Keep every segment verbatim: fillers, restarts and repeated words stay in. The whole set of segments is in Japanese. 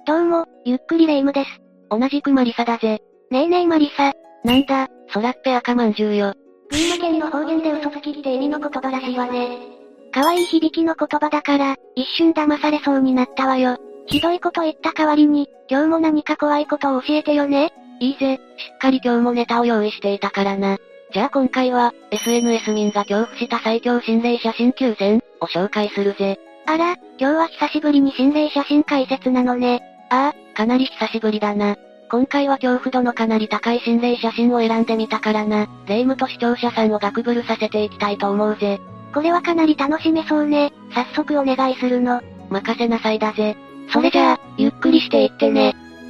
どうも、ゆっくりレ夢ムです。 同じくマリサだぜ。 ねえねえマリサ。 なんだ、空っぺ赤まんじゅうよ。 群馬県の方言で嘘つきって意味の言葉らしいわね。可愛い響きの言葉だから、一瞬騙されそうになったわよ。ひどいこと言った代わりに、今日も何か怖いことを教えてよね。 いいぜ、しっかり今日もネタを用意していたからな。じゃあ今回は、エスエヌエス 民が恐怖した最強心霊写真きゅうせんを紹介するぜ。 あら、今日は久しぶりに心霊写真解説なのね。 ああ、かなり久しぶりだな。今回は恐怖度のかなり高い心霊写真を選んでみたからな。霊夢と視聴者さんをガクブルさせていきたいと思うぜ。 これはかなり楽しめそうね。早速お願いするの。 任せなさいだぜ。 それじゃあ、ゆっくりしていってね。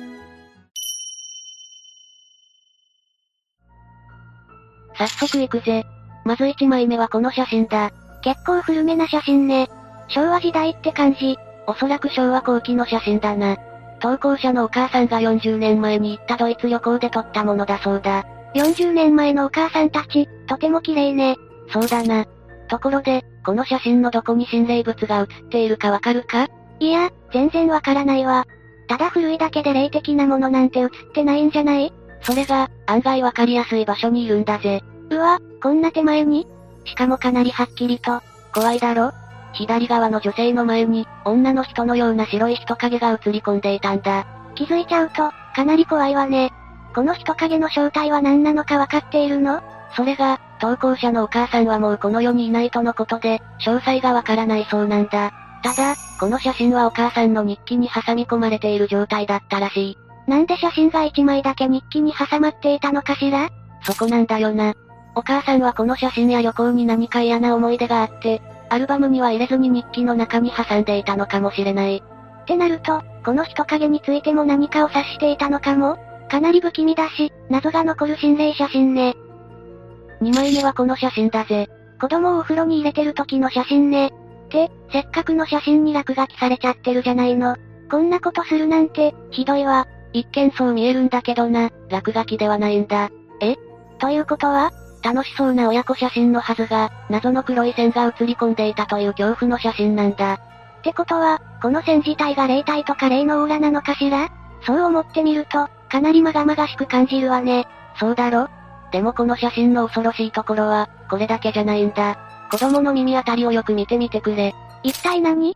早速行くぜ。まずいちまいめはこの写真だ。 結構古めな写真ね。昭和時代って感じ。 おそらく昭和後期の写真だな。投稿者のお母さんがよんじゅうねんまえに行ったドイツ旅行で撮ったものだそうだ。 よんじゅうねんまえのお母さんたち、とても綺麗ね。 そうだな。ところで、この写真のどこに心霊物が写っているかわかるか？ いや、全然わからないわ。ただ古いだけで霊的なものなんて写ってないんじゃない？ それが、案外わかりやすい場所にいるんだぜ。 うわ、こんな手前に？ しかもかなりはっきりと、怖いだろ？左側の女性の前に、女の人のような白い人影が映り込んでいたんだ。 気づいちゃうと、かなり怖いわね。この人影の正体は何なのかわかっているの？ それが、投稿者のお母さんはもうこの世にいないとのことで、詳細がわからないそうなんだ。ただ、この写真はお母さんの日記に挟み込まれている状態だったらしい。 なんで写真がいちまいだけ日記に挟まっていたのかしら？ そこなんだよな。お母さんはこの写真や旅行に何か嫌な思い出があって、アルバムには入れずに日記の中に挟んでいたのかもしれない。 ってなると、この人影についても何かを察していたのかも？かなり不気味だし、謎が残る心霊写真ね。 にまいめはこの写真だぜ。 子供をお風呂に入れてる時の写真ね。って、せっかくの写真に落書きされちゃってるじゃないの。こんなことするなんて、ひどいわ。 一見そう見えるんだけどな、落書きではないんだ。 え？ということは？ 楽しそうな親子写真のはずが、謎の黒い線が写り込んでいたという恐怖の写真なんだ。 ってことは、この線自体が霊体とか霊のオーラなのかしら？そう思ってみると、かなりまがまがしく感じるわね。 そうだろ？でもこの写真の恐ろしいところは、これだけじゃないんだ。子供の耳あたりをよく見てみてくれ。 一体何？って、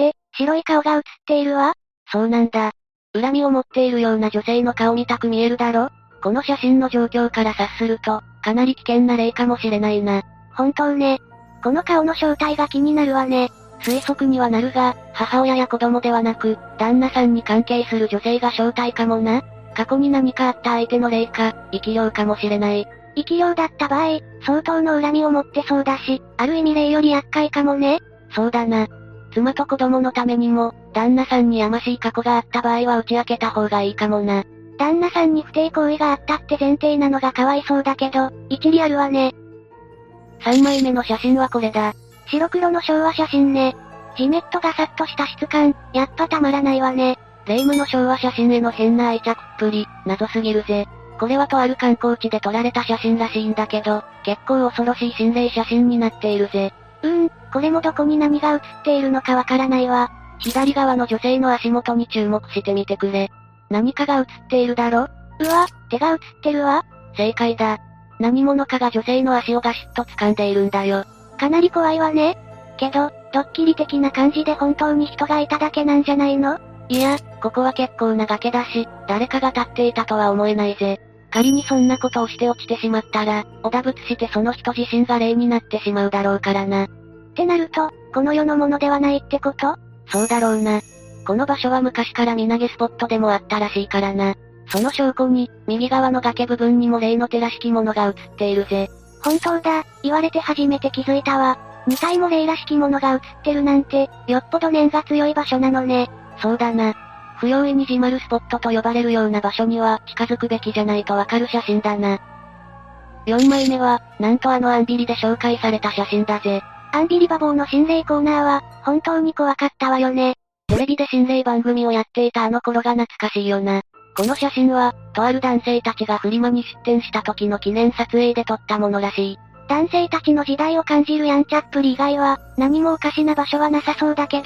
白い顔が写っているわ。 そうなんだ。恨みを持っているような女性の顔見たく見えるだろ？この写真の状況から察すると、かなり危険な霊かもしれないな。 本当ね。この顔の正体が気になるわね。 推測にはなるが、母親や子供ではなく、旦那さんに関係する女性が正体かもな。過去に何かあった相手の霊か、生き量かもしれない。 生き量だった場合、相当の恨みを持ってそうだし、ある意味霊より厄介かもね。 そうだな。妻と子供のためにも、旦那さんにやましい過去があった場合は打ち明けた方がいいかもな。 旦那さんに不貞行為があったって前提なのがかわいそうだけど、一理あるわね。 さんまいめの写真はこれだ。 白黒の昭和写真ね。ジメッとガサッとした質感、やっぱたまらないわね。 霊夢の昭和写真への変な愛着っぷり、謎すぎるぜ。これはとある観光地で撮られた写真らしいんだけど、結構恐ろしい心霊写真になっているぜ。 うーん、これもどこに何が写っているのかわからないわ。 左側の女性の足元に注目してみてくれ。何かが写っているだろ？ うわ、手が写ってるわ。 正解だ。何者かが女性の足をガシッと掴んでいるんだよ。 かなり怖いわね。けど、ドッキリ的な感じで本当に人がいただけなんじゃないの？ いや、ここは結構な崖だし、誰かが立っていたとは思えないぜ。仮にそんなことをして落ちてしまったら、おだぶつしてその人自身が霊になってしまうだろうからな。 ってなると、この世のものではないってこと？ そうだろうな。この場所は昔から身投げスポットでもあったらしいからな。その証拠に、右側の崖部分にも霊の手らしきものが映っているぜ。 本当だ、言われて初めて気づいたわ。に体も霊らしきものが映ってるなんて、よっぽど念が強い場所なのね。 そうだな。不用意に自丸スポットと呼ばれるような場所には近づくべきじゃないとわかる写真だな。よんまいめは、なんとあのアンビリで紹介された写真だぜ。 アンビリバボーの心霊コーナーは、本当に怖かったわよね。 テレビで心霊番組をやっていたあの頃が懐かしいよな。この写真は、とある男性たちがフリマに出店した時の記念撮影で撮ったものらしい。 男性たちの時代を感じるやんちゃっぷり以外は、何もおかしな場所はなさそうだけど、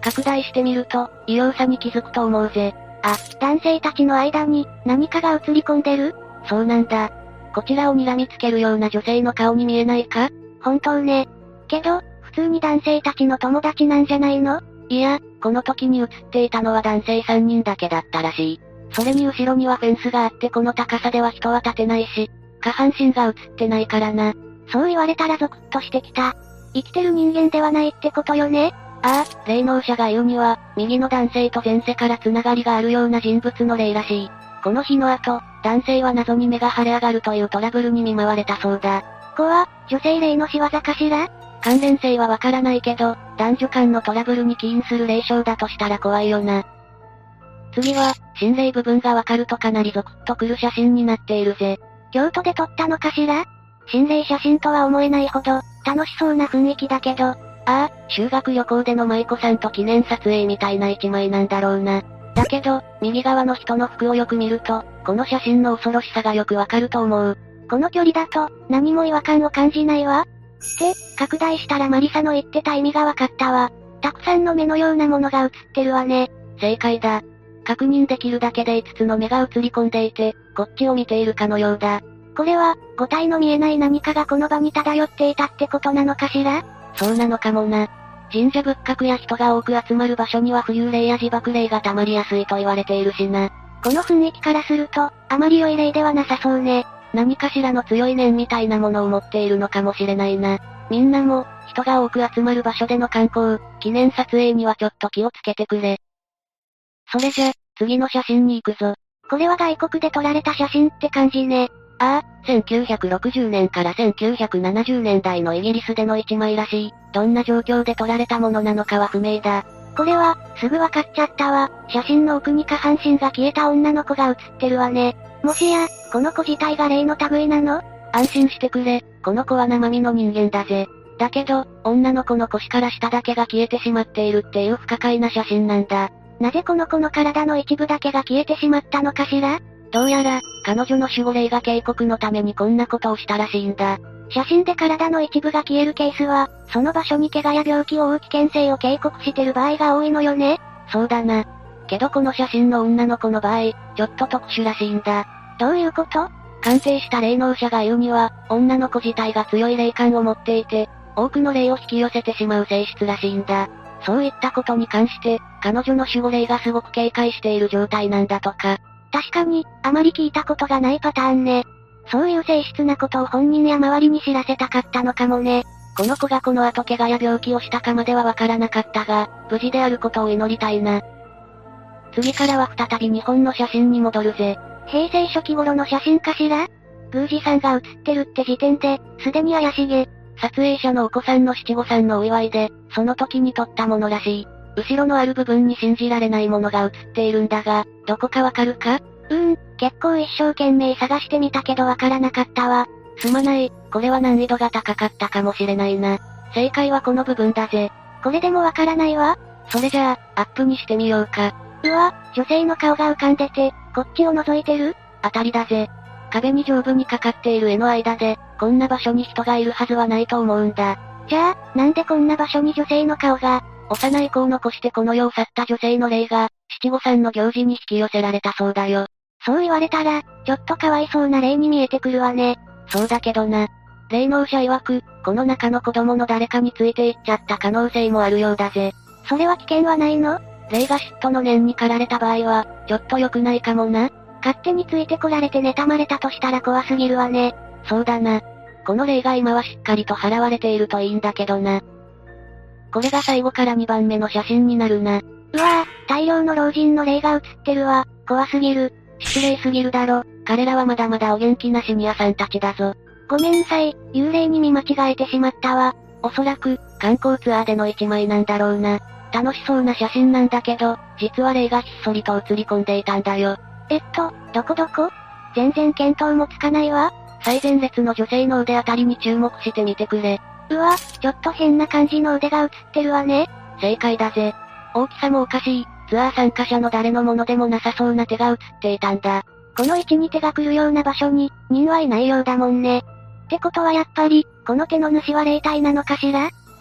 拡大してみると、異様さに気づくと思うぜ。 あ、男性たちの間に、何かが映り込んでる？ そうなんだ。こちらを睨みつけるような女性の顔に見えないか？ 本当ね。けど、普通に男性たちの友達なんじゃないの？ いや、この時に映っていたのは男性さんにんだけだったらしい。それに後ろにはフェンスがあってこの高さでは人は立てないし、下半身が映ってないからな。 そう言われたらゾクッとしてきた。生きてる人間ではないってことよね？ ああ、霊能者が言うには、右の男性と前世から繋がりがあるような人物の霊らしい。この日の後、男性は謎に目が腫れ上がるというトラブルに見舞われたそうだ。 こは、女性霊の仕業かしら？ 関連性はわからないけど、男女間のトラブルに起因する霊障だとしたら怖いよな。次は、心霊部分がわかるとかなりゾクッとくる写真になっているぜ。 京都で撮ったのかしら？心霊写真とは思えないほど、楽しそうな雰囲気だけど、 ああ、修学旅行での舞妓さんと記念撮影みたいな一枚なんだろうな。だけど、右側の人の服をよく見ると、この写真の恐ろしさがよくわかると思う。 この距離だと、何も違和感を感じないわ。で、拡大したらマリサの言ってた意味がわかったわ。たくさんの目のようなものが映ってるわね。 正解だ。確認できるだけでいつつの目が映り込んでいて、こっちを見ているかのようだ。 これは、五体の見えない何かがこの場に漂っていたってことなのかしら？ そうなのかもな。神社仏閣や人が多く集まる場所には浮遊霊や自爆霊が溜まりやすいと言われているしな。 この雰囲気からすると、あまり良い霊ではなさそうね。 何かしらの強い念みたいなものを持っているのかもしれないな。みんなも、人が多く集まる場所での観光、記念撮影にはちょっと気をつけてくれ。それじゃ、次の写真に行くぞ。 これは外国で撮られた写真って感じね。 ああ、せんきゅうひゃくろくじゅうねんからせんきゅうひゃくななじゅうねんだいのイギリスでの一枚らしい。どんな状況で撮られたものなのかは不明だ。 これは、すぐわかっちゃったわ。写真の奥に下半身が消えた女の子が写ってるわね。もしや、この子自体が霊の類なの？ 安心してくれ、この子は生身の人間だぜ。だけど、女の子の腰から下だけが消えてしまっているっていう不可解な写真なんだ。 なぜこの子の体の一部だけが消えてしまったのかしら？ どうやら、彼女の守護霊が警告のためにこんなことをしたらしいんだ。 写真で体の一部が消えるケースは、その場所に怪我や病気を負う危険性を警告してる場合が多いのよね。 そうだな。けどこの写真の女の子の場合、ちょっと特殊らしいんだ。 どういうこと？ 鑑定した霊能者が言うには、女の子自体が強い霊感を持っていて、多くの霊を引き寄せてしまう性質らしいんだ。そういったことに関して、彼女の守護霊がすごく警戒している状態なんだとか。 確かに、あまり聞いたことがないパターンね。そういう性質なことを本人や周りに知らせたかったのかもね。 この子がこの後怪我や病気をしたかまではわからなかったが、無事であることを祈りたいな。次からは再び日本の写真に戻るぜ。 平成初期頃の写真かしら？宮司さんが写ってるって時点で、すでに怪しげ。 撮影者のお子さんの七五三のお祝いで、その時に撮ったものらしい。後ろのある部分に信じられないものが写っているんだが、どこかわかるか？ うーん、結構一生懸命探してみたけどわからなかったわ。 すまない、これは難易度が高かったかもしれないな。正解はこの部分だぜ。 これでもわからないわ。 それじゃあ、アップにしてみようか。 うわ、女性の顔が浮かんでて、こっちを覗いてる？ 当たりだぜ。壁に上部にかかっている絵の間で、こんな場所に人がいるはずはないと思うんだ。 じゃあ、なんでこんな場所に女性の顔が？ 幼い子を残してこの世を去った女性の霊が、七五三の行事に引き寄せられたそうだよ。 そう言われたら、ちょっとかわいそうな霊に見えてくるわね。 そうだけどな。霊能者曰く、この中の子供の誰かについていっちゃった可能性もあるようだぜ。 それは危険はないの？ 霊が嫉妬の念に駆られた場合は、ちょっと良くないかもな。 勝手についてこられて妬まれたとしたら怖すぎるわね。 そうだな。この霊が今はしっかりと払われているといいんだけどな。これが最後からにばんめの写真になるな。 うわぁ、大量の老人の霊が写ってるわ。怖すぎる。 失礼すぎるだろ。彼らはまだまだお元気なシニアさんたちだぞ。 ごめんなさい、幽霊に見間違えてしまったわ。 おそらく、観光ツアーでの一枚なんだろうな。楽しそうな写真なんだけど、実は霊がひっそりと写り込んでいたんだよ。 えっと、どこどこ？全然見当もつかないわ。 最前列の女性の腕あたりに注目してみてくれ。 うわ、ちょっと変な感じの腕が写ってるわね。 正解だぜ。大きさもおかしい、ツアー参加者の誰のものでもなさそうな手が写っていたんだ。 この位置に手が来るような場所に、人はいないようだもんね。ってことはやっぱり、この手の主は霊体なのかしら？ あ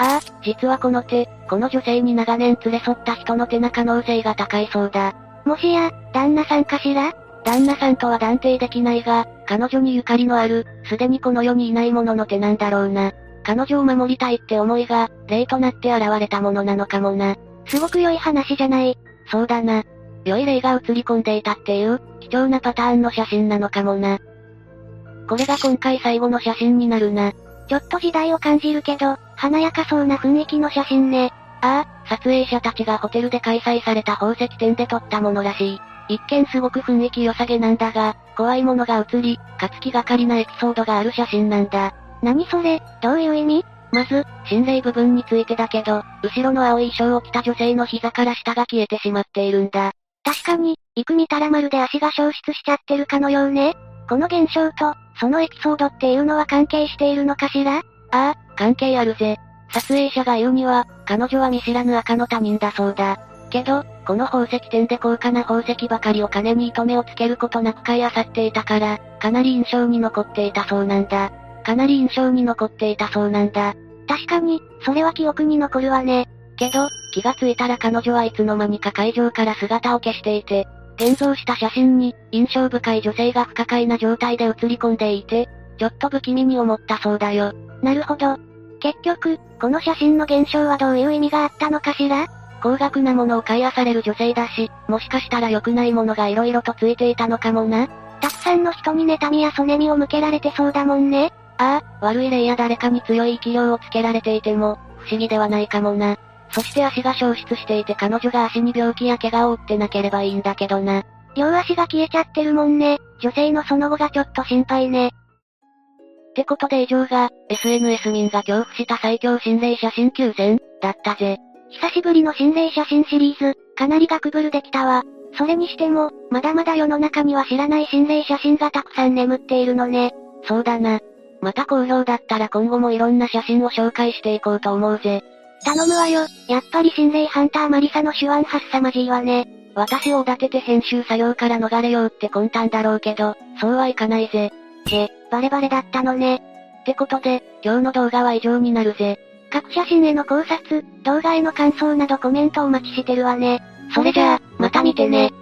ああ、実はこの手、この女性に長年連れ添った人の手な可能性が高いそうだ。 もしや、旦那さんかしら？ 旦那さんとは断定できないが、彼女にゆかりのある、すでにこの世にいないものの手なんだろうな。彼女を守りたいって思いが、霊となって現れたものなのかもな。 すごく良い話じゃない。 そうだな。良い霊が映り込んでいたっていう、貴重なパターンの写真なのかもな。これが今回最後の写真になるな。 ちょっと時代を感じるけど、華やかそうな雰囲気の写真ね。 ああ、撮影者たちがホテルで開催された宝石店で撮ったものらしい。一見すごく雰囲気良さげなんだが、怖いものが映り、かつ気がかりなエピソードがある写真なんだ。 何それ、どういう意味？ まず、心霊部分についてだけど、後ろの青い衣装を着た女性の膝から下が消えてしまっているんだ。 確かに、行く見たらまるで足が消失しちゃってるかのようね。この現象と、そのエピソードっていうのは関係しているのかしら？ああ、関係あるぜ。撮影者が言うには、彼女は見知らぬ赤の他人だそうだ。けど、この宝石店で高価な宝石ばかりを金に糸目をつけることなく買い漁っていたから、かなり印象に残っていたそうなんだ。かなり印象に残っていたそうなんだ。 確かに、それは記憶に残るわね。 けど、気がついたら彼女はいつの間にか会場から姿を消していて、現像した写真に、印象深い女性が不可解な状態で写り込んでいて、ちょっと不気味に思ったそうだよ。 なるほど。結局、この写真の現象はどういう意味があったのかしら？ 高額なものを買い漁れる女性だし、もしかしたら良くないものが色々とついていたのかもな。 たくさんの人に妬みやそねみを向けられてそうだもんね。 ああ、悪い霊や誰かに強い力量をつけられていても、不思議ではないかもな。そして足が消失していて彼女が足に病気や怪我を負ってなければいいんだけどな。 両足が消えちゃってるもんね。女性のその後がちょっと心配ね。 ってことで以上が、エスエヌエス 民が恐怖した最強心霊写真きゅうせん、だったぜ。 久しぶりの心霊写真シリーズ、かなりガクブルできたわ。それにしても、まだまだ世の中には知らない心霊写真がたくさん眠っているのね。 そうだな。また好評だったら今後もいろんな写真を紹介していこうと思うぜ。 頼むわよ。やっぱり心霊ハンターマリサの手腕は凄まじいわね。 私をおだてて編集作業から逃れようって魂胆だろうけど、そうはいかないぜ。 げ、バレバレだったのね。 ってことで、今日の動画は以上になるぜ。 各写真への考察、動画への感想などコメントお待ちしてるわね。 それじゃあ、また見てね。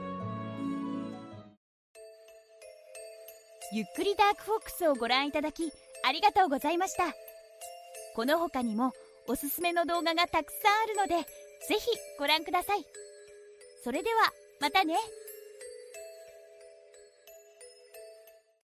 ゆっくりダークフォックスをご覧いただき、ありがとうございました。この他にも、おすすめの動画がたくさんあるので、ぜひご覧ください。それでは、またね。